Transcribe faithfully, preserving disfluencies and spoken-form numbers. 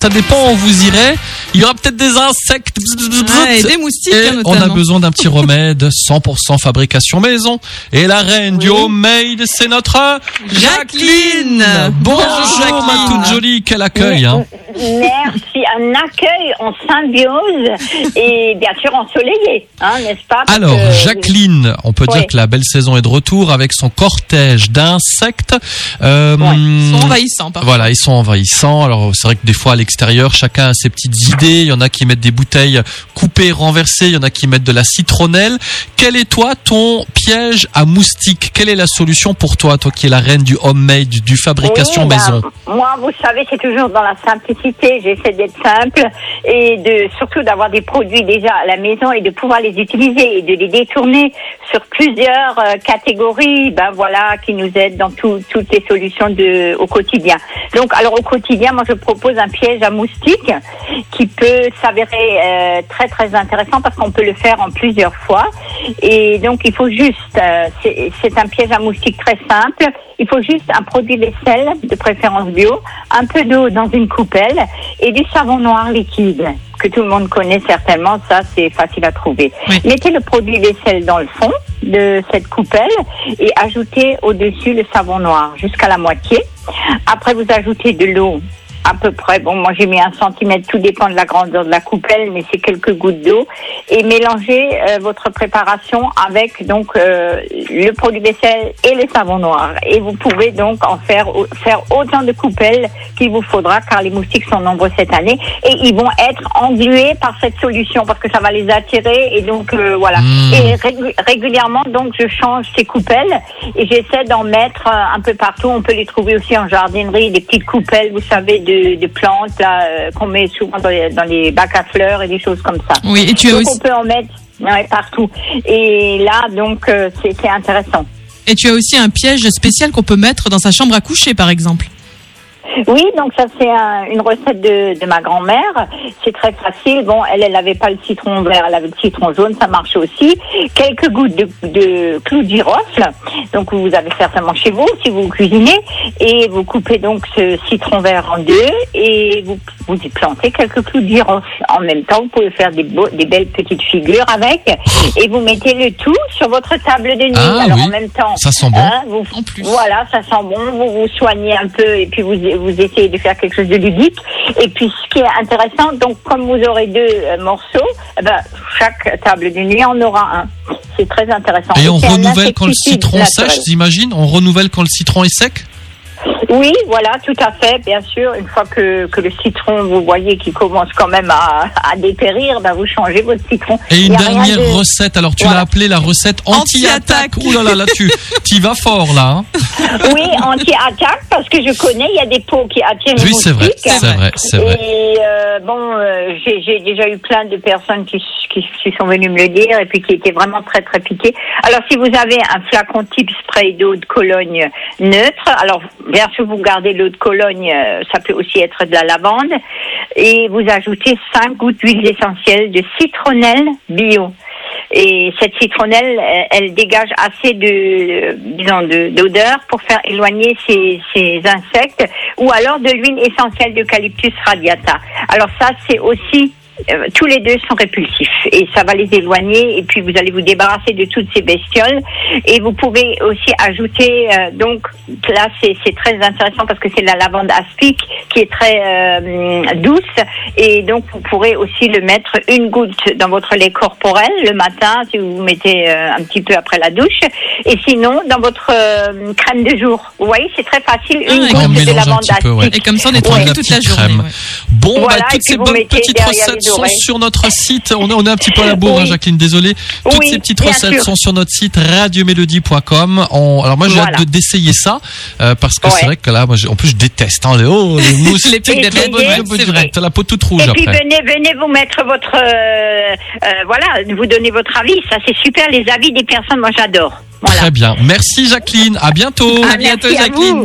Ça dépend où vous irez. Il y aura peut-être des insectes. Ouais, et des moustiques, et hein, notamment. on a besoin d'un petit remède cent pour cent fabrication maison. Et la reine oui. du homemade, c'est notre Jacqueline. Bonjour, Bonjour Jacqueline. Ma toute jolie. Quel accueil, hein. Merci. Un accueil en symbiose et bien sûr ensoleillé, hein, n'est-ce pas? Parce Alors, que... Jacqueline, on peut oui. dire que la belle saison est de retour avec son cortège d'insectes. Euh, ouais. Ils sont envahissants, par Voilà, ils sont envahissants. Alors, c'est vrai que des fois, à l'extérieur, chacun a ses petites idées. Il y en a qui mettent des bouteilles coupées, renversées. Il y en a qui mettent de la citronnelle. Quel est, toi, ton piège à moustiques? Quelle est la solution pour toi, toi qui es la reine du homemade, du fabrication oui, maison? Ben, moi, vous savez, c'est toujours dans la simplicité. J'essaie d'être simple et de surtout d'avoir des produits déjà à la maison et de pouvoir les utiliser et de les détourner sur plusieurs euh, catégories, ben voilà, qui nous aident dans tout, toutes les solutions de au quotidien. Donc, alors au quotidien, moi je propose un piège à moustiques qui peut s'avérer euh, très très intéressant parce qu'on peut le faire en plusieurs fois. Et donc il faut juste, euh, c'est, c'est un piège à moustiques très simple. Il faut juste un produit vaisselle, de préférence bio, un peu d'eau dans une coupelle et du savon noir liquide, que tout le monde connaît certainement, ça c'est facile à trouver. Oui. Mettez le produit vaisselle dans le fond de cette coupelle et ajoutez au-dessus le savon noir jusqu'à la moitié. Après vous ajoutez de l'eau. À peu près, bon, moi j'ai mis un centimètre, tout dépend de la grandeur de la coupelle, mais c'est quelques gouttes d'eau. Et mélangez euh, votre préparation avec donc euh, le produit vaisselle et le savon noir. Et vous pouvez donc en faire faire autant de coupelles qu'il vous faudra, car les moustiques sont nombreux cette année et ils vont être englués par cette solution parce que ça va les attirer et donc euh, voilà. Mmh. Et rég- régulièrement donc je change ces coupelles et j'essaie d'en mettre euh, un peu partout. On peut les trouver aussi en jardinerie, des petites coupelles, vous savez. De De, de plantes là, euh, qu'on met souvent dans les, dans les bacs à fleurs et des choses comme ça. Oui, et tu as donc aussi... on peut en mettre ouais, partout. Et là, donc, euh, c'est, c'est intéressant. Et tu as aussi un piège spécial qu'on peut mettre dans sa chambre à coucher, par exemple. Oui, donc ça c'est un, une recette de, de ma grand-mère. C'est très facile. Bon, elle, elle n'avait pas le citron vert, elle avait le citron jaune, ça marche aussi. Quelques gouttes de, de clous de girofle. Donc vous avez certainement chez vous si vous cuisinez et vous coupez donc ce citron vert en deux et vous vous y plantez quelques clous de girofle. En même temps, vous pouvez faire des, beaux, des belles petites figures avec et vous mettez le tout sur votre table de nuit. Ah, Alors oui. en même temps, ça sent bon. Hein, vous, en plus. Voilà, ça sent bon. Vous vous soignez un peu et puis vous vous essayez de faire quelque chose de ludique. Et puis, ce qui est intéressant, donc, comme vous aurez deux euh, morceaux, eh ben, chaque table de nuit en aura un. C'est très intéressant. Et, et on c'est renouvelle quand le citron naturel. sèche, j'imagine? On renouvelle quand le citron est sec? Oui, voilà, tout à fait, bien sûr. Une fois que, que le citron, vous voyez qu'il commence quand même à, à dépérir, ben vous changez votre citron. Et une dernière de... recette, alors tu voilà. l'as appelée la recette anti-attaque. anti-attaque. Ouh là là, là tu y vas fort là. Hein. Oui, anti-attaque, parce que je connais, il y a des pots qui attirent les oui, moustiques. Oui, c'est vrai, c'est vrai, c'est vrai. Et euh, bon, euh, j'ai, j'ai déjà eu plein de personnes qui, qui, qui sont venues me le dire et puis qui étaient vraiment très très piquées. Alors si vous avez un flacon type spray d'eau de Cologne neutre, alors bien sûr vous gardez l'eau de Cologne, ça peut aussi être de la lavande, et vous ajoutez cinq gouttes d'huile essentielle de citronnelle bio. Et cette citronnelle, elle dégage assez de, disons, de, d'odeur pour faire éloigner ces, ces insectes, ou alors de l'huile essentielle d'Eucalyptus radiata. Alors ça, c'est aussi Euh, tous les deux sont répulsifs et ça va les éloigner et puis vous allez vous débarrasser de toutes ces bestioles et vous pouvez aussi ajouter euh, donc là c'est, c'est très intéressant parce que c'est la lavande aspic qui est très euh, douce et donc vous pourrez aussi le mettre une goutte dans votre lait corporel le matin si vous vous mettez euh, un petit peu après la douche et sinon dans votre euh, crème de jour. Vous voyez, c'est très facile, une ah, goutte de lavande aspic. Peu, ouais. Et comme ça on est tranquille ouais. toute la journée. Ouais. Bon, voilà, bah, toutes ces bonnes petites recettes sont sur notre site. On est, on est un petit peu à la bourre, oui. hein, Jacqueline, désolé. Toutes oui, ces petites recettes sûr. sont sur notre site radio mélodie point com. On, alors moi, j'ai voilà. hâte de, d'essayer ça euh, parce que ouais. c'est vrai que là, moi, en plus, je déteste hein, les, oh, les mousses, les pics d'être c'est vrai. T'as la peau toute rouge et après. Et puis venez, venez vous mettre votre, euh, euh, voilà, vous donner votre avis. Ça, c'est super. Les avis des personnes, moi, j'adore. Voilà. Très bien. Merci, Jacqueline. À bientôt. À bientôt, Merci Jacqueline. À vous.